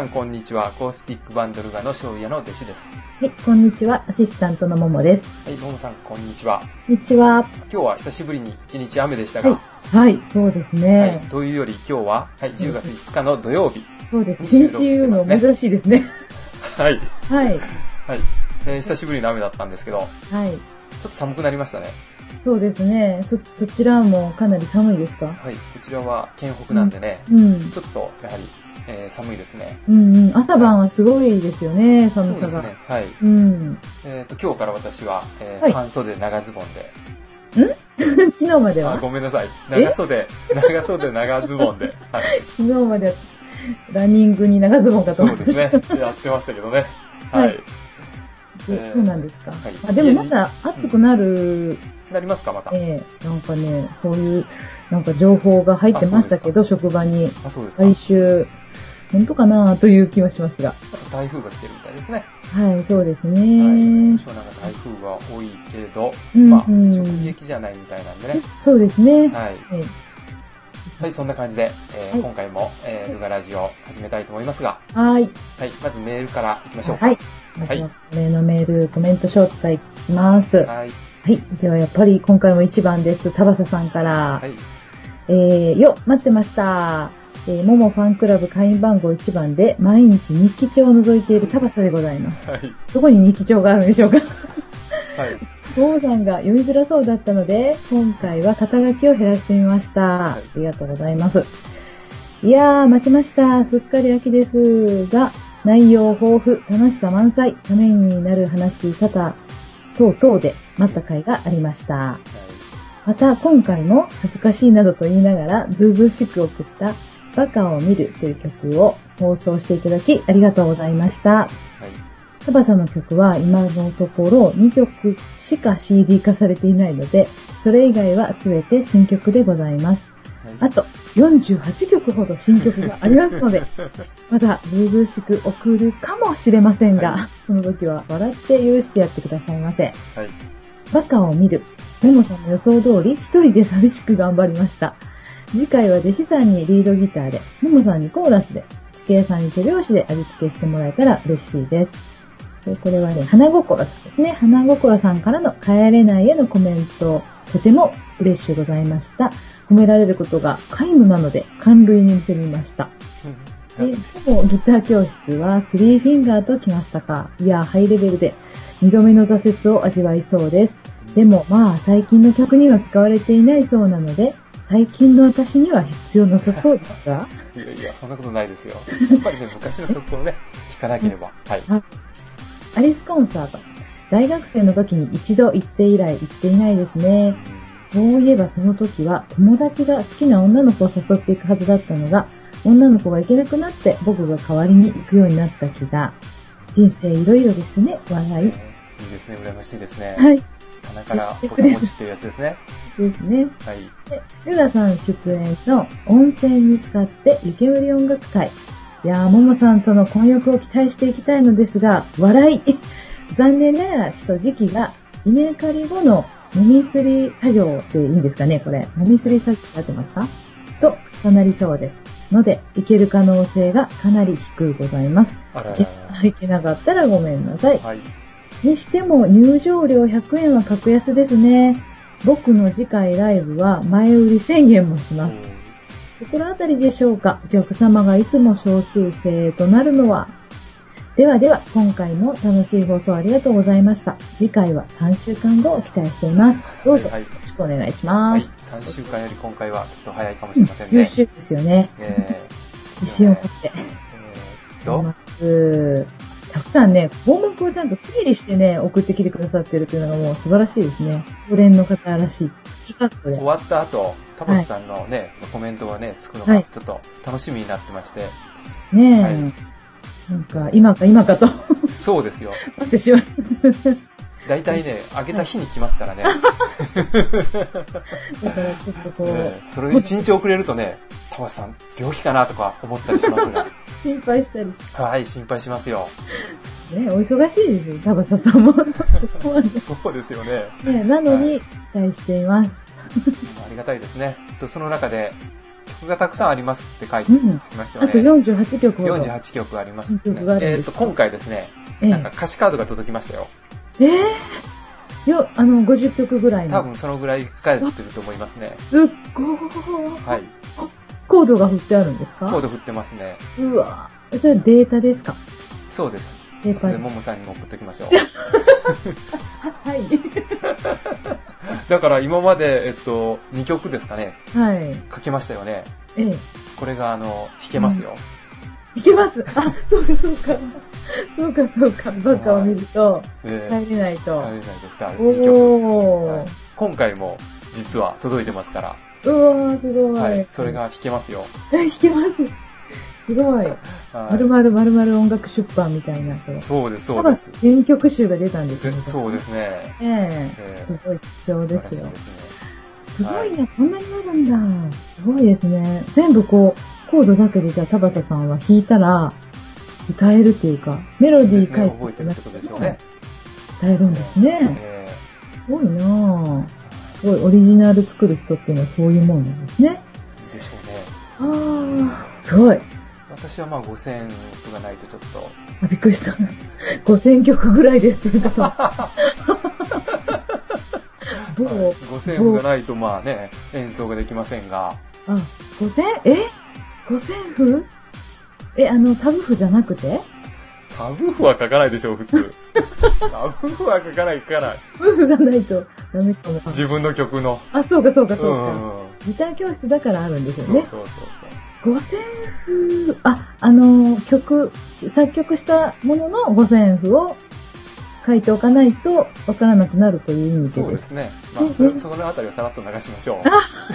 んこんにちは。アコースティックバンドルガの翔也の弟子です。 はい、こんにちは。アシスタントのももです。 はい、ももさん、こんにちは。 こんにちは。 今日は久しぶりに一日雨でしたが。 はい、そうですね。 はい、というより今日は、10月5日の土曜日。 そうです。一日言うの珍しいですね。 はい。 はい。 はい、久しぶりの雨だったんですけど。はい。ちょっと寒くなりましたね。 そうですね。そちらもかなり寒いですか？ はい、こちらは県北なんでね、ちょっとやはり、寒いですね。 朝晩はすごいですよね、寒さが。 そうですね。はい。今日から私は、半袖長ズボンで。 昨日までは？ ごめんなさい。長袖長ズボンで。はい。 昨日まではランニングに長ズボンかと思って。 そうですね。やってましたけどね。はい。 そうなんですか。はい、でもまだ暑くなりますか、また。 なんかね、そういう、なんか情報が入ってましたけど、職場に。 そうですか。 来週、本当かなという気はしますが。 台風が来てるみたいですね。 はい、そうですね。 今年はなんか台風が多いけれど、直撃じゃないみたいなんでね。 そうですね。 はい。はい、そんな感じで、今回も、ルガラジオ始めたいと思いますが。 はい。 はい、まずメールからいきましょうか。 はい。はい。例のメール、コメント紹介します。はい。はい。ではやっぱり今回も1番です。田畑さんから。はい。待ってました。ももファンクラブ会員番号1番で毎日日記帳を覗いている田畑でございます。はい。どこに日記帳があるんでしょうか？はい。ももさんが読みづらそうだったので、今回は肩書きを減らしてみました。はい、ありがとうございます。いやー、待ちました。すっかり秋ですが、内容豊富、楽しさ満載、ためになる話、等々で待った回がありました。はい、また、今回も恥ずかしいなどと言いながら、ずうずうしく送ったバカを見るという曲を放送していただき、ありがとうございました。はい。田畑の曲は今のところ2曲しか CD 化されていないので、それ以外は全て新曲でございます。はい、あと48曲ほど新曲がありますので、まだずうずうしく送るかもしれませんが、はい、その時は笑って許してやってくださいませ。はい、バカを見る。ももさんの予想通り一人で寂しく頑張りました。次回は弟子さんにリードギターで、ももさんにコーラスで、地形さんに手拍子で味付けしてもらえたら嬉しいです。これはね、花心さんですね。花心さんからの帰れないへのコメント、とても嬉しゅうございました。褒められることが皆無なので、感類に見せみました。でもギター教室は3フィンガーと来ましたか。いや、ハイレベルで2度目の挫折を味わいそうです。でもまあ、最近の曲には使われていないそうなので、最近の私には必要なさそうですか？ いや、そんなことないですよ。やっぱりね、昔の曲をね、聴かなければ。はい。 アリスコンサート。大学生の時に一度行って以来行っていないですね。そういえばその時は友達が好きな女の子を誘っていくはずだったのが、女の子が行けなくなって僕が代わりに行くようになった気が。人生いろいろですね、笑い。いいですね、羨ましいですね。 はい。 棚から子供持ちっていうやつですね。 ですね。 はい。 で、ルガさん出演の温泉に使って湯煙音楽会。いやー、ももさんとの婚約を期待していきたいのですが、笑い。残念ながら、ちょっと時期が、稲刈り後のもみすり作業でいいんですかね、これ。もみすり作業になってますかと重なりそうです。ので、いける可能性がかなり低いございます。いけなかったらごめんなさい。はい。にしても、入場料100円は格安ですね。僕の次回ライブは前売り1000円もします。心当たりでしょうか？お客様がいつも少数生となるのは。ではでは、今回も楽しい放送ありがとうございました。次回は3週間後を期待しています。どうぞ、よろしくお願いします。 はい、3週間より今回はちょっと早いかもしれませんね。 優秀ですよね。自信を持って。たくさんね、項目をちゃんと整理してね、送ってきてくださってるというのがもう素晴らしいですね。常連の方らしい。 終わった後、田畑さんのね、コメントがね、つくのがちょっと楽しみになってまして。 ねえ。はい、なんか、今かと。 そうですよ。 待ってしまう。 大体ね、あげた日に来ますからね。だからちょっとこう。それ1日遅れるとね、田畑さん、病気かなとか思ったりしますが。 心配したり。 はい、心配しますよ。 ね、お忙しいですよ、田畑さんも。 そうですよね。 ね、なのに、期待しています。 ありがたいですね。その中で、 曲がたくさんありますって書いてましたよね。 あと48曲ほど。 48曲ありますね。今回ですね、なんか歌詞カードが届きましたよ。 50曲ぐらいの。 多分そのぐらい使えてると思いますね。 すっごー。 はい。 コードが振ってあるんですか？ コード振ってますね。 うわぁ。それデータですか？ そうです。で、ももさんにも送っときましょう。 はい。 だから今まで、2曲ですかね。 はい。 書きましたよね。これが、弾けますよ。 弾けます。あ、そうか。そうか。バカを見ると、帰れないと。 2曲。今回も、実は届いてますから。 うわー、すごい。 はい。それが弾けますよ。 弾けます。すごい。丸々音楽出版みたいな。 そうです。 原曲集が出たんですね。 そうですね。 すごい貴重ですよ。すごいね、そんなになるんだ。すごいですね。全部コードだけでじゃあ田畑さんは弾いたら、歌えるっていうか、メロディー書いて覚えてるってことでしょうね。 歌えるんですね。すごいなぁ。すごい、オリジナル作る人っていうのはそういうもんなんですね。 でしょうね。すごい。 私は5000曲がないとちょっと。 びっくりした。5000曲ぐらいですって言うと。 5000曲がないと演奏ができませんが。 5000譜？タブ譜じゃなくて？ タブ譜は書かないでしょう、普通。タブ譜は書かない。タブ譜がないとダメかも。 自分の曲の。 あ、そうか。ギター教室だからあるんですよね。 そう。 5000譜、作曲したものの5000譜を書いておかないとわからなくなるという意味で。 そうですね。そのあたりをさらっと流しましょう。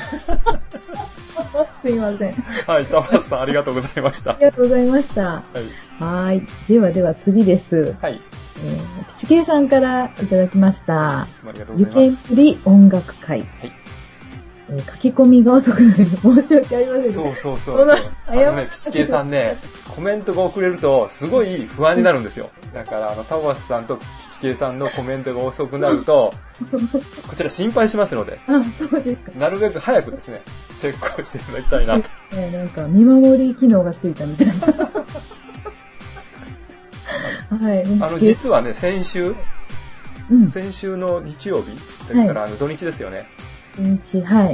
すいません。 はい、田畑さんありがとうございました。 ありがとうございました。はい。では次です。 はい。 ピチケイさんからいただきました。 いつもありがとうございます。 湯煙プリ音楽会。はい。書き込みが遅くなる。申し訳ありません。 そう。ピチケイさんね、コメントが遅れると、すごい不安になるんですよ。だから、田畑さんとピチケイさんのコメントが遅くなると、こちら心配しますので、 そうですか。 なるべく早くですね、チェックをしていただきたいなと。 なんか、見守り機能がついたみたいな。はい。 実はね、先週の日曜日、ですから、土日ですよね。 はい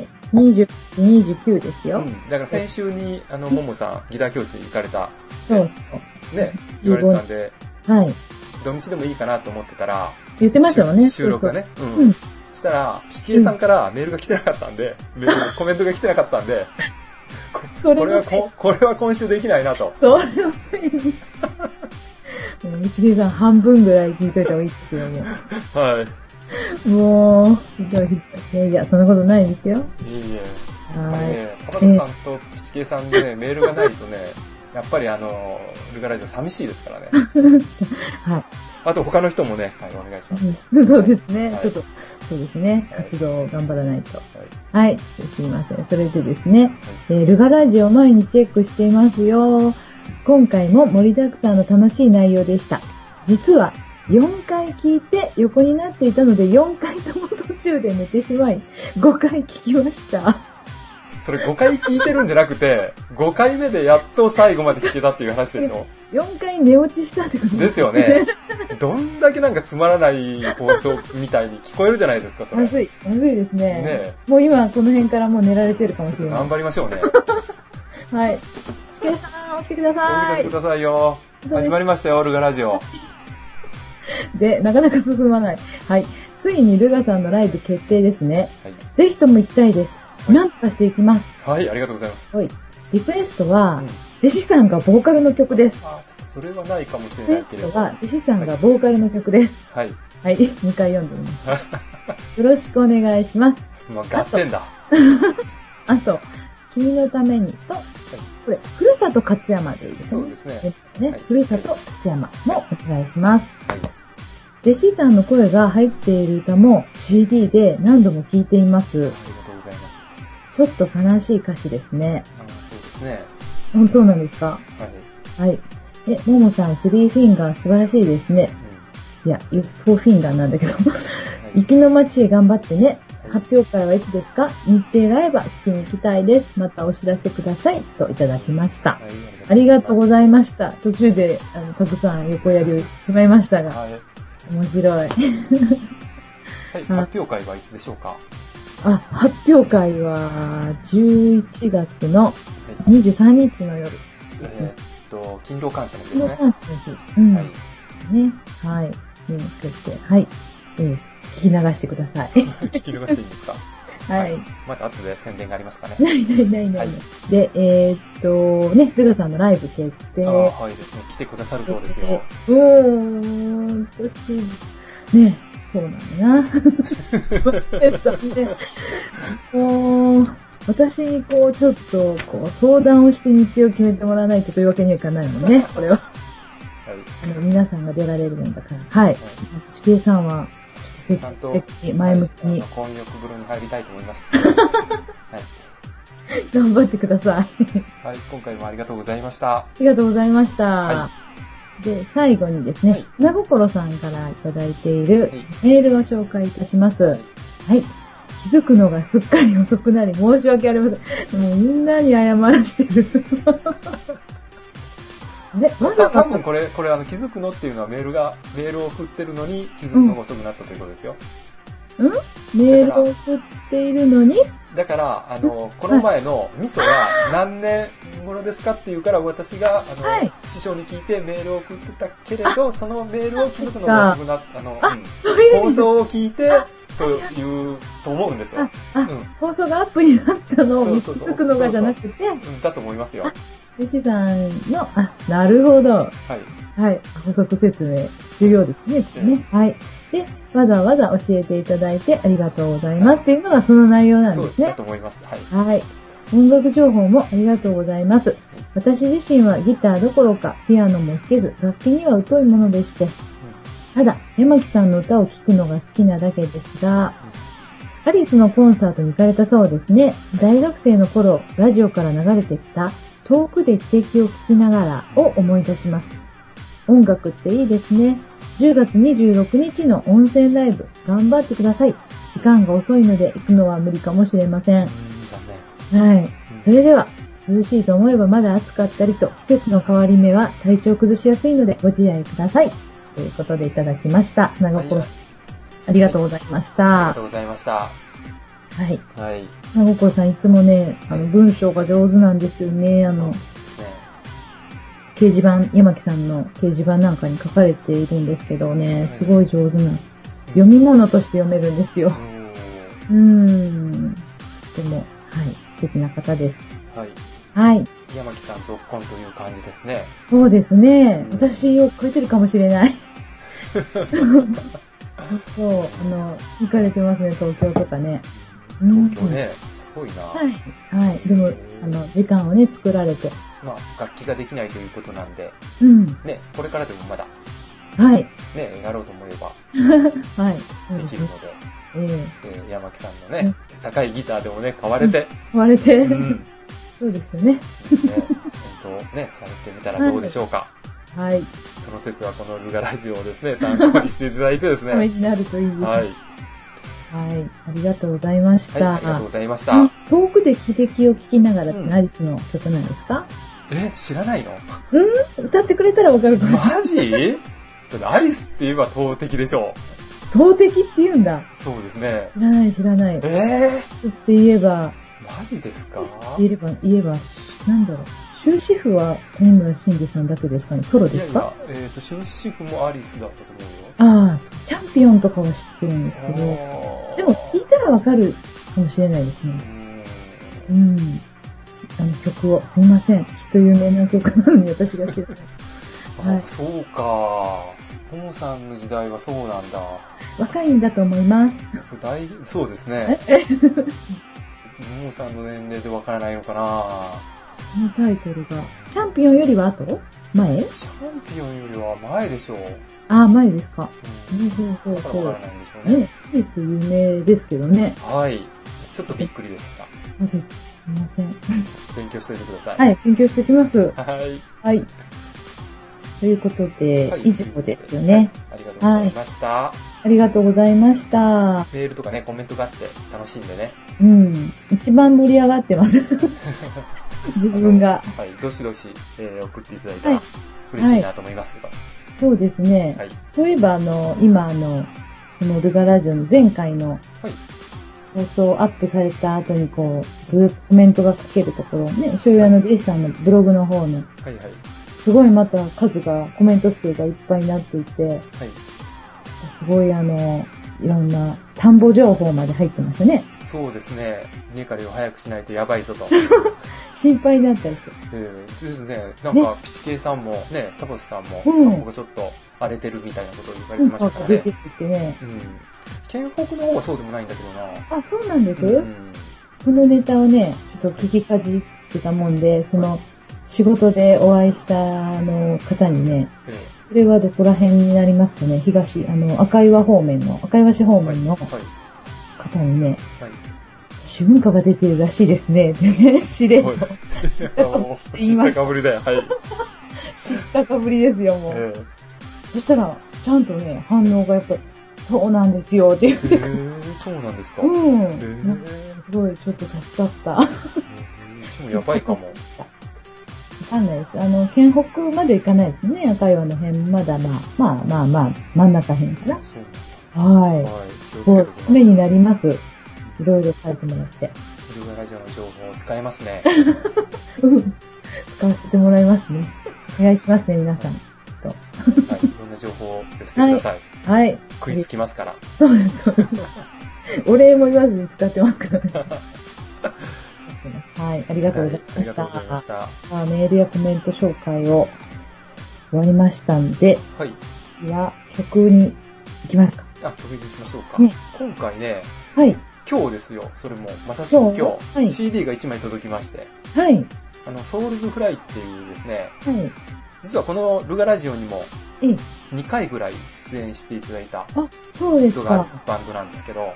。20、29ですよ。 だから先週に、ももさん、ギター教室に行かれた。 そう。 ね、言われたんで、 はい。 土日でもいいかなと思ってたら、 言ってましたよね。 収録がね。そしたら、ピチケイさんからメールが来てなかったんで、コメントが来てなかったんで、これは今週できないなと。 そうですね。ピチケイさん半分ぐらい聞いといた方がいいですよ、もう。 はい。 もう、いや、そんなことないですよ。 いえ。田畑さんとピチケイさんでね、メールがないとね、やっぱりルガラジオ寂しいですからね。 はい。 あと他の人もね、はい、お願いします。 そうですね。ちょっと、そうですね。活動を頑張らないと。はい。すいません。それでですね、ルガラジオ毎日チェックしていますよ。今回も盛りだくさんの楽しい内容でした。実は、4回聞いて横になっていたので4回とも途中で寝てしまい5回聞きました。 それ5回聞いてるんじゃなくて5回目でやっと最後まで聞けたっていう話でしょ。 4回寝落ちしたってことですよね。どんだけなんかつまらない放送みたいに聞こえるじゃないですか、それ。 まずいですね。もう今この辺からもう寝られてるかもしれない。 頑張りましょうね。 はい。しけさん起きてください。 起きてくださいよ。始まりましたよ、ルガラジオ。 で、なかなか進まない。はい。ついにルガさんのライブ決定ですね。はい、ぜひとも行きたいです。なんとかしていきます。 はい、ありがとうございます。 はい。リクエストは、弟子さんがボーカルの曲です。 ちょっとそれはないかもしれないけれど。 リクエストは、弟子さんがボーカルの曲です。 はい。 はい。2回読んでみました。よろしくお願いします。 もう合点だ。 あと、君のためにと、これ、ふるさと勝山でいいですね。 そうですね。 ふるさと勝山もお願いします。はい。弟子さんの声が入っている歌も CD で何度も聴いています。 ありがとうございます。 ちょっと悲しい歌詞ですね。 そうですね。 そうなんですか？はい。はい。ももさん、スリーフィンガー素晴らしいですね。いや、フォーフィンガーなんだけど。雪の街へ頑張ってね。 発表会はいつですか？日程が合えば聞きに行きたいです。またお知らせください。といただきました。ありがとうございました。途中で、たくさん横やりをしまいましたが。はい、面白い。はい、 発表会はいつでしょうか？ 発表会は、11月の23日の夜。 勤労感謝の日ですね。 勤労感謝の日。うん。はい。ね。はい。見に来て、はい。聞き流してください。 聞き流していいんですか？はい。また後で宣伝がありますかね。 ない。はい、で、ね、ルガさんのライブ決定。 はいですね。来てくださるそうですよ。 私、ね、そうなんだな。私にちょっと、相談をして日程を決めてもらわないとというわけにはいかないもんね、これは。はい。皆さんが出られるんだから。はい。地形さんは、 ちゃんと前向きに。 混浴風呂に入りたいと思います。はい。 頑張ってください。 はい、今回もありがとうございました。 ありがとうございました。はい。で、最後にですね、なごころさんからいただいているメールを紹介いたします。はい。気づくのがすっかり遅くなり申し訳ありません。もうみんなに謝らしてる。 多分これ気づくのっていうのはメールを送ってるのに気づくのが遅くなったということですよ。 メールを送っているのにだから、この前の味噌が何年頃ですかっていうから私が、師匠に聞いてメールを送ってたけれど、そのメールを気づくのが遅くなった、放送を聞いて、と思うんですよ。 放送がアップになったのを気づくのがじゃなくて、 だと思いますよ。 弟子さんの、なるほど。はい。はい。補足説明、重要ですね。はい。で、わざわざ教えていただいてありがとうございます。っていうのがその内容なんですね。そうだと思います。はい。 はい。音楽情報もありがとうございます。私自身はギターどころかピアノも弾けず、楽器には疎いものでして。ただ、山木さんの歌を聴くのが好きなだけですが、アリスのコンサートに行かれたそうですね。大学生の頃、ラジオから流れてきた遠くで汽笛を聴きながらを思い出します。音楽っていいですね。10月26日の温泉ライブ、頑張ってください。時間が遅いので行くのは無理かもしれません。はい。それでは、涼しいと思えばまだ暑かったりと、季節の変わり目は体調崩しやすいのでご自愛ください。ということでいただきました。長子、ありがとうございました。 ありがとうございました。 はい。はい。長子さんいつもね、文章が上手なんですよね。掲示板、山木さんの掲示板なんかに書かれているんですけどね、すごい上手な、読み物として読めるんですよ。でも、はい、素敵な方です。はい。はい。 山木さん続婚という感じですね。 そうですね。私を超えてるかもしれない。そう、行かれてますね、東京とかね。 東京ね、すごいな。 はい。はい。でも、時間をね、作られて。 まあ、楽器ができないということなんで、ね、これからでもまだ、 はい。 ね、やろうと思えば、 はい。 できるので、山木さんのね、高いギターでもね、買われて、 そうですよね。 演奏をね、されてみたらどうでしょうか。 はい。 その説はこのルガラジオをですね、参考にしていただいてですね。 ためになるといいですね。はい。はい。ありがとうございました。 はい、ありがとうございました。 遠くで汽笛を聴きながらってアリスの曲なんですか？ 知らないの？ 歌ってくれたらわかるかも。 マジ？アリスって言えば投擲でしょ。 投擲って言うんだ。 そうですね。 知らない。って言えば。 マジですか？ 言えば、なんだろう。終止符は谷村新司さんだけですかね？ソロですか？ いや、終止符もアリスだったと思うよ。 チャンピオンとかは知ってるんですけど、でも聞いたらわかるかもしれないですね。曲を、すいません。きっと有名な曲なのに私が知らない。はい。 そうか。モモさんの時代はそうなんだ。 若いんだと思います。 そうですね。モモさんの年齢でわからないのかな。 このタイトルが、チャンピオンよりは後？前？ チャンピオンよりは前でしょう。 前ですか。 だからわからないんでしょうね。 アリス有名ですけどね。 はい。ちょっとびっくりでした。 すいません。 勉強しておいてください。 はい、勉強してきます。 はい。 はい。 ということで、以上ですよね。 ありがとうございました。 ありがとうございました。 メールとかね、コメントがあって楽しんでね。 一番盛り上がってます。自分が。 はい、どしどし、送っていただいたら嬉しいなと思いますけど。 そうですね。そういえば、今、このルガラジオの前回の放送アップされた後にずっとコメントが書けるところね、醤油屋の弟子さんのブログの方の、すごいまたコメント数がいっぱいになっていて、すごいいろんな田んぼ情報まで入ってましたね。 そうですね。稲刈りを早くしないとやばいぞと。 心配になったりして。 ですね。なんか、ピチケイさんもね、タコスさんも、田んぼがちょっと荒れてるみたいなことを言われてましたからね。 出てきてね。 県北の方はそうでもないんだけどな。 あ、そうなんです、そのネタをね、ちょっと聞きかじってたもんで、仕事でお会いした方にね、それはどこら辺になりますかね、赤岩市方面の方にね、主文化が出てるらしいですね、ってね、知れと。 知ったかぶりだよ、はい。 知ったかぶりですよ、もう。そしたら、ちゃんとね、反応がやっぱり、そうなんですよ、って言って。 そうなんですか。 すごい、ちょっと助かった。 やばいかも。 わかんないです。県北まで行かないですね。赤岩の辺、まだまあ、真ん中辺かな。すごい、ためになります。いろいろ書いてもらって。 ルガラジオの情報を使えますね。 使わせてもらいますね。お願いしますね、皆さん。 はい、いろんな情報を寄せてください。 はい。 食いつきますから。 そうです。お礼も言わずに使ってますからね。はい、ありがとうございました。ありがとうございました。メールやコメント紹介を終わりましたんで、では曲に行きますか。 曲に行きましょうか。今回ね、今日ですよ、それも、まさしく今日、CD が1枚届きまして、ソウルズフライっていうですね、実はこのルガラジオにも2回ぐらい出演していただいた人があるバンドなんですけど、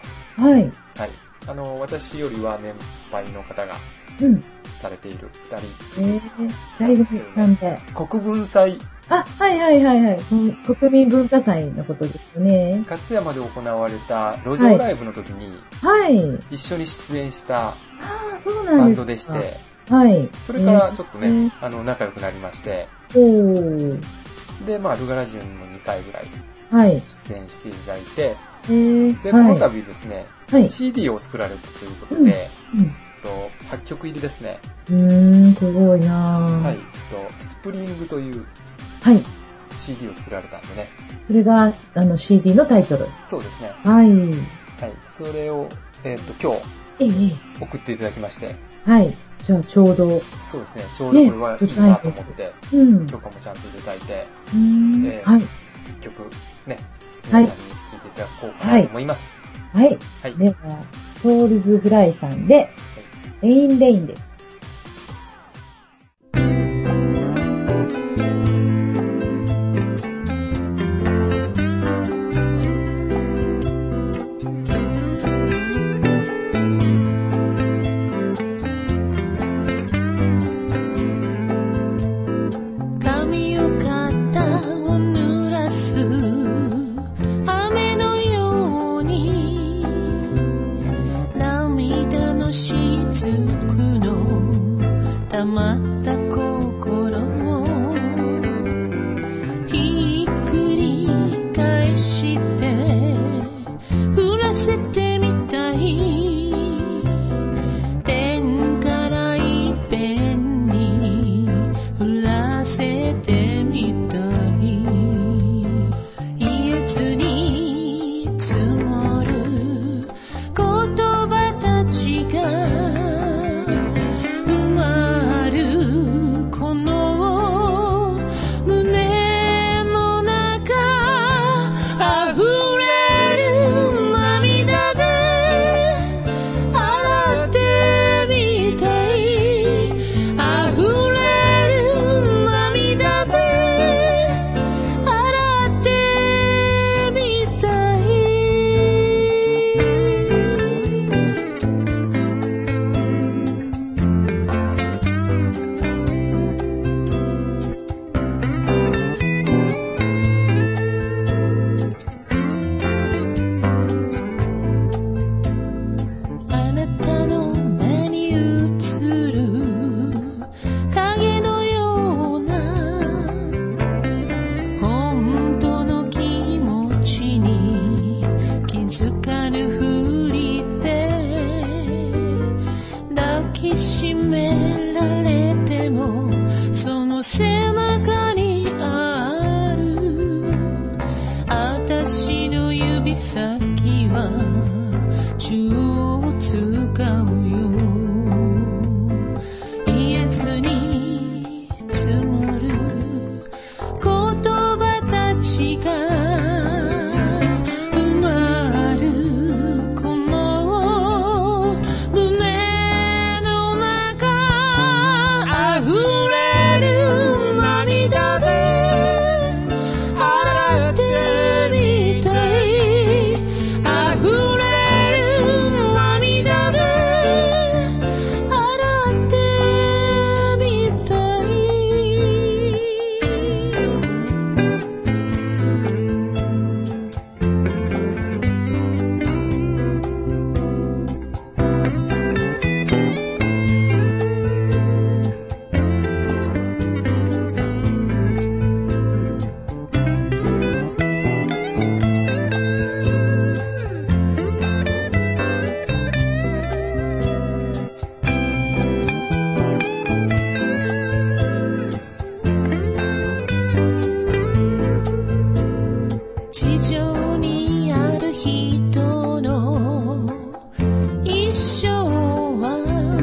私よりは年配の方がされている2人なんで国文祭、 国民文化祭のことですね。 勝山で行われた路上ライブの時に一緒に出演したバンドでして、それからちょっとね、仲良くなりまして、で、ルガラジオにも2回ぐらい出演していただいて、で、この度ですね、CD を作られたということで、8曲入りですね。 すごいなぁ。 スプリングというCD を作られたんでね。 それがCD のタイトル。 そうですね。それを、今日、送っていただきまして。 じゃあちょうど。 そうですね。ちょうどこれはいいなと思って、許可もちゃんといただいて、一曲ね、皆さんに聴いていただこうかなと思います。 では、ソウルズフライさんで、レインレインです。 しずくの私の指先は中を使うよ。言えずに積もる言葉たちが埋まるこの胸の中、溢れる涙で洗ってみたい。溢れる涙で洗ってみたい。地上にある人の一生は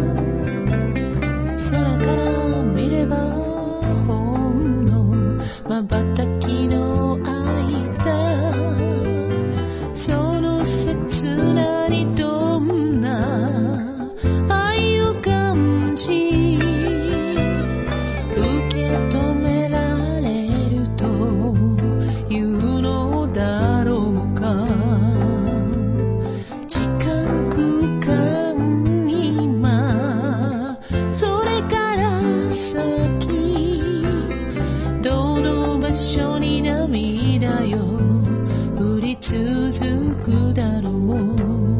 空から見ればほんの瞬きの間、その刹那にどんな愛を感じ受け止められるというのだろうか。時間空間今それから先、どの場所に涙よ降り続くだろう。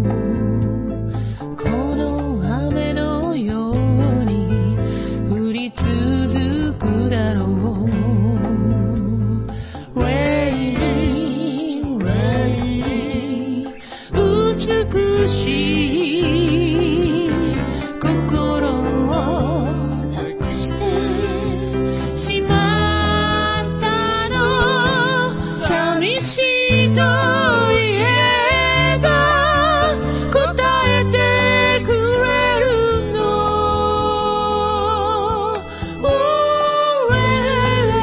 この雨のように降り続くだろう。Rain, rain 美しい心をなくしてしまったの。寂しいと言えば答えてくれるの。Oh, rain,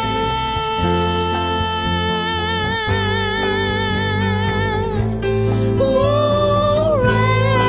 oh, rain.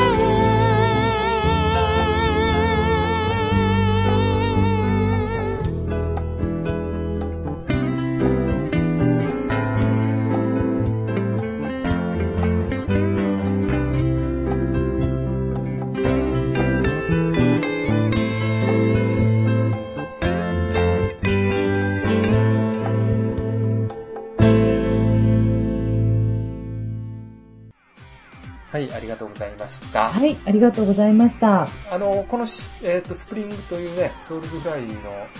はい、ありがとうございました。 はい、ありがとうございました。 このスプリングというね、ソウルズフライの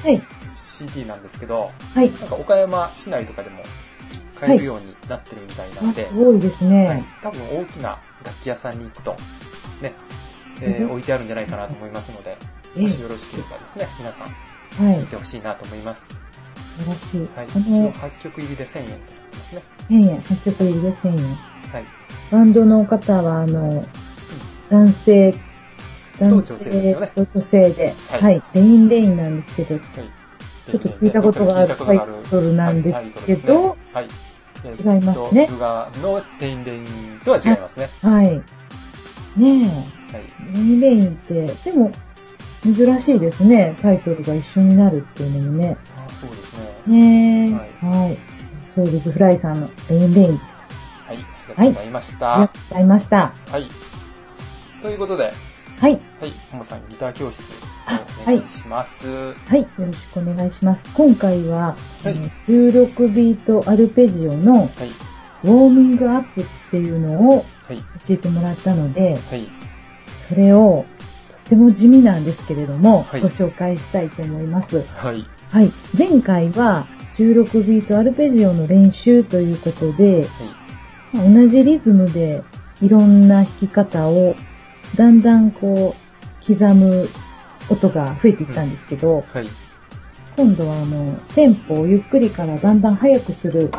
CD なんですけど、 はい。 なんか岡山市内とかでも買えるようになってるみたいなので、 すごいですね。 はい、多分大きな楽器屋さんに行くと、ね、置いてあるんじゃないかなと思いますので、もしよろしければですね、皆さん、聴いてほしいなと思います。 素晴らしい。 はい。一応8曲入りで1000円となってますね。 1000円、8曲入りで1000円。 はい。 バンドの方は、男性と女性ですよね。 と女性で、はい。レインレインなんですけど、はい、ちょっと聞いたことがあるタイトルなんですけど、はい。違いますね。 ルガのレインレインとは違いますね。 はい。ねえ。はい。レインレインって、でも、珍しいですね。タイトルが一緒になるっていうのもね。 あ、そうですね。 ねえ。はい。ソウルズフライさんのレインレインでした。 はい。ありがとうございました。 ありがとうございました。 はい。ということで、 はい。 はい。ももさん、ギター教室お願いします。 はい。よろしくお願いします。今回は、16ビートアルペジオの、ウォーミングアップっていうのを教えてもらったので、それをとても地味なんですけれども、ご紹介したいと思います。はい。はい。前回は16ビートアルペジオの練習ということで、同じリズムでいろんな弾き方をだんだんこう刻む音が増えていったんですけど、今度はテンポをゆっくりからだんだん速くする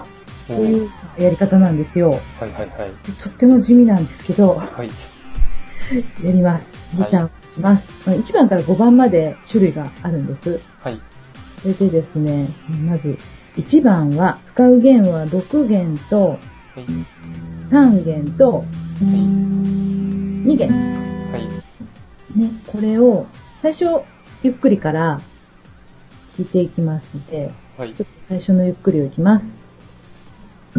そういうやり方なんですよ。 はいはいはい。 とっても地味なんですけど、 はい。 やります。ギターをします。1番から5番まで種類があるんです。 はい。 それでですね、まず、1番は、使う弦は6弦と、3弦と、2弦。 はい。 ね、これを、最初、ゆっくりから弾いていきますので、 はい。 ちょっと最初のゆっくりをいきます。タ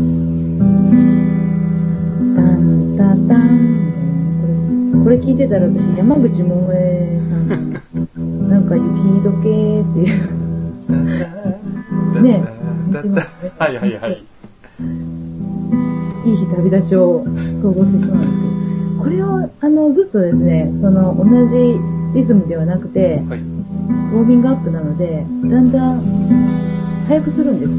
ンタタン。これ聞いてたら私、山口百恵さん、なんか雪解けっていう。ね、 はいはいはい。 いい日旅立ちを想像してしまうんですけど、これをずっとですね、同じリズムではなくて、 はい、 ウォーミングアップなので、だんだん速くするんですって。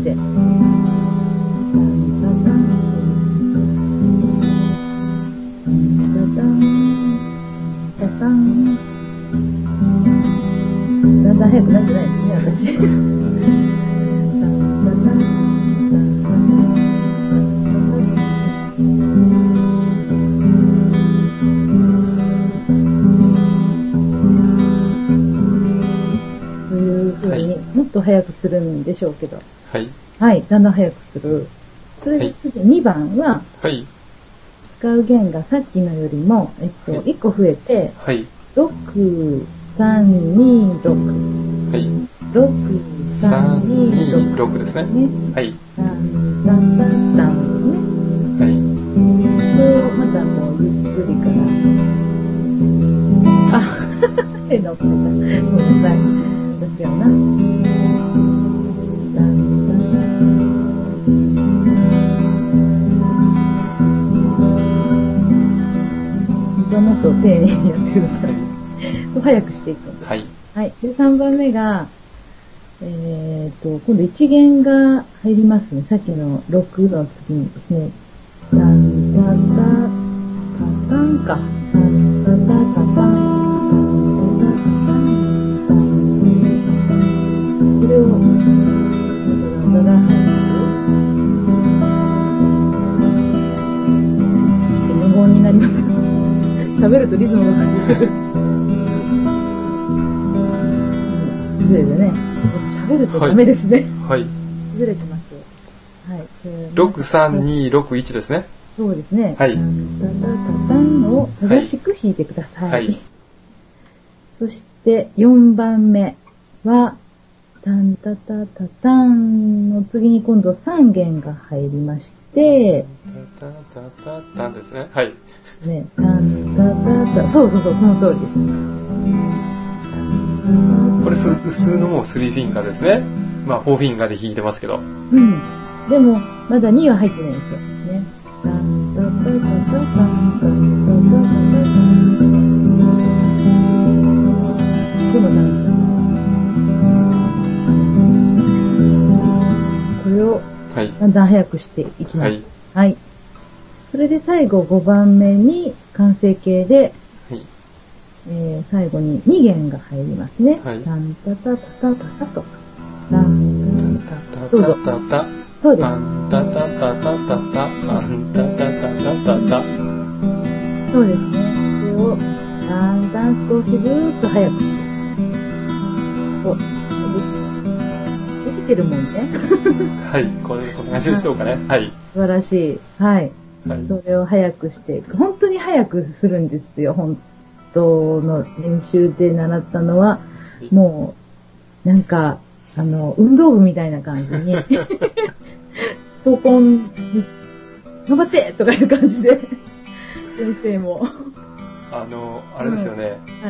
だんだん速くなってないですね、私。もっと速くするんでしょうけど。 はい。 はい、だんだん速くする。それで次、2番は、 はい。 使う弦がさっきのよりも、1個増えて、 はい。 6、3、2、6。 はい。 6、3、2、6。 6ですね。はい。 3、3、3、3ですね。 はい。 これをまたもうゆっくりから。あ、変な音出た。ごめんなさい。違うな。もっと丁寧にやってください。早くしていくんです。 はい。はい。 で、3番目が、今度1弦が入りますね。さっきの6の次にですね。タンタタタタンか。タンタタタタン。これを、だだ入る。無言になります。喋るとリズムが崩れる。崩れてね。喋るとダメですね。 はい。 崩れてます。はい。 63261ですね。 そうですね。 はい。 タタタタンを正しく弾いてください。はい。そして4番目は、タンタタタタンの次に今度3弦が入りまして、 タタタタタンですね。はい。 ね、タンタタタ、そう、その通りです。 これ普通のもう3フィンガーですね。まあ4フィンガーで弾いてますけど。 うん。でも、まだ2は入ってないんですよ。ね。タンタタタタタンタタタタタタでもなんだ。これをだんだん早くしていきます。はい。はい。それで最後5番目に完成形で、はい、最後に2弦が入りますね。はい。タンタタタタタと。タンタタタ。どうぞ。そうです。タンタタタタタタ。タンタタタタタタ。そうですね。それをだんだん少しずつ早く。そう。できてるもんね。 はい。こんな感じでしょうかね。はい。 素晴らしい。はい。はい、それを早くしていく。本当に早くするんですよ。本当の練習で習ったのは、もう、なんか、運動部みたいな感じに、スポコン、頑張ってとかいう感じで、先生も。 あれですよね。 はい。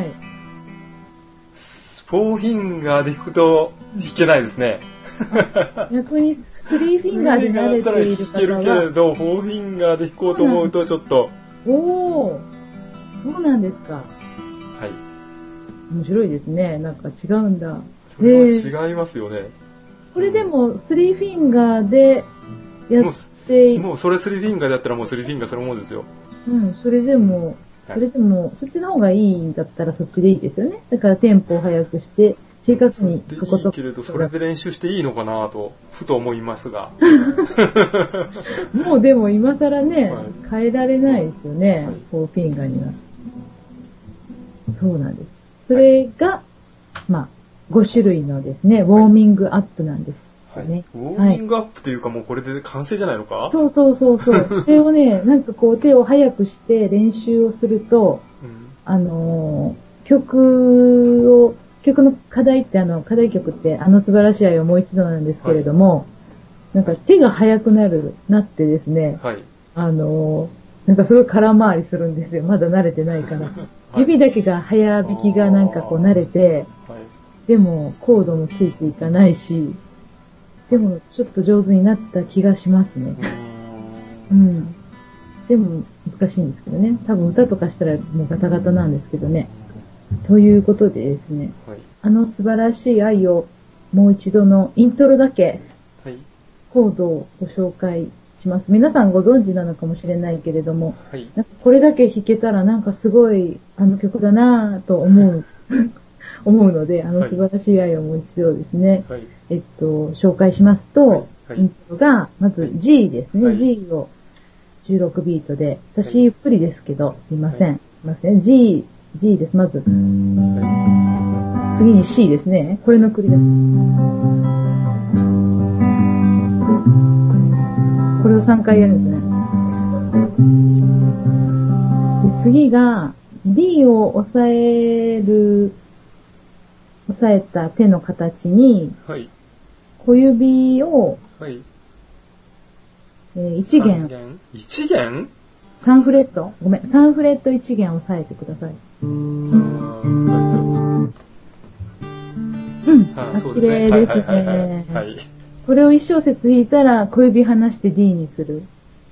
4フィンガーで弾くと弾けないですね。 逆に3フィンガーで慣れている方は弾けるけれど、4フィンガーで弾こうと思うとちょっと。 おー、そうなんですか。 はい。 面白いですね。なんか違うんだ。 それは違いますよね。 これでも3フィンガーでやってもうそれ3フィンガーだったらもう3フィンガーそのものですよ。 うん、それでも、そっちの方がいいんだったらそっちでいいですよね。だからテンポを速くして正確にいくこといいけれど、それで練習していいのかなと、ふと思いますが。 もうでも今更ね、変えられないですよね、フォーフィンガーには。そうなんです。それが、まあ、5種類のですね、ウォーミングアップなんですよね。 ウォーミングアップというかもうこれで完成じゃないのか？ そう。それをね、なんかこう手を早くして練習をすると、曲の課題って課題曲って素晴らしい愛をもう一度なんですけれども、なんか手が速くなってですね、なんかすごい空回りするんですよ。まだ慣れてないから。指だけが早弾きがなんかこう慣れて、でもコードもついていかないし、でもちょっと上手になった気がしますね。でも難しいんですけどね。多分歌とかしたらもうガタガタなんですけどね。ということでですね、素晴らしい愛をもう一度のイントロだけ、コードをご紹介します。皆さんご存知なのかもしれないけれども、なんかこれだけ弾けたらなんかすごい曲だなぁと思うので、素晴らしい愛をもう一度ですね、紹介しますと、イントロが、まず G ですね、G を16ビートで、私ゆっくりですけど、すいません。G です、まず。次に C ですね。これの繰り出し。これを3回やるんですね。次が D を押さえた手の形に、小指を、1弦。 1弦 3フレットごめん。3フレット1弦を押さえてください。綺麗ですね。これを1小節弾いたら小指離して D にする。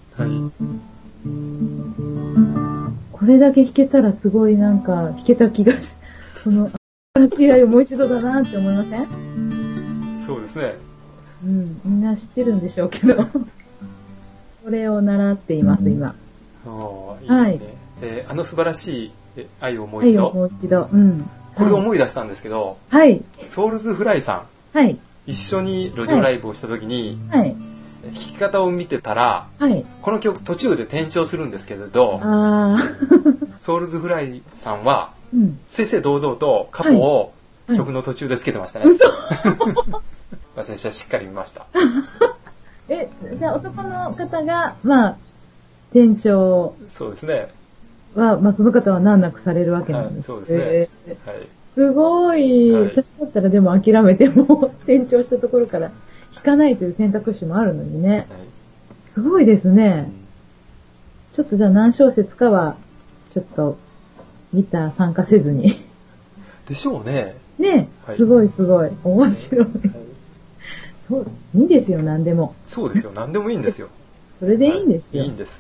これだけ弾けたらすごいなんか弾けた気がその新しい愛をもう一度だなって思いません？ そうですね。 みんな知ってるんでしょうけど。これを習っています、今。 いいですね。素晴らしい愛をもう一度。これを思い出したんですけど、ソウルズフライさん、一緒に路上ライブをした時に、弾き方を見てたら、この曲途中で転調するんですけれど、ソウルズフライさんは、正々堂々とカポを曲の途中でつけてましたね。私はしっかり見ました。 じゃあ男の方が、まあ、転調。 そうですね。 まあその方は難なくされるわけなんです。 そうですね。 すごい、私だったらでも諦めても、転調したところから弾かないという選択肢もあるのにね。すごいですね。ちょっとじゃあ何小節かは、ちょっと、ギター参加せずに。 でしょうね。 すごい。面白い。そう、いいんですよ、何でも。 そうですよ、何でもいいんですよ。 それでいいんですよ。 いいんです。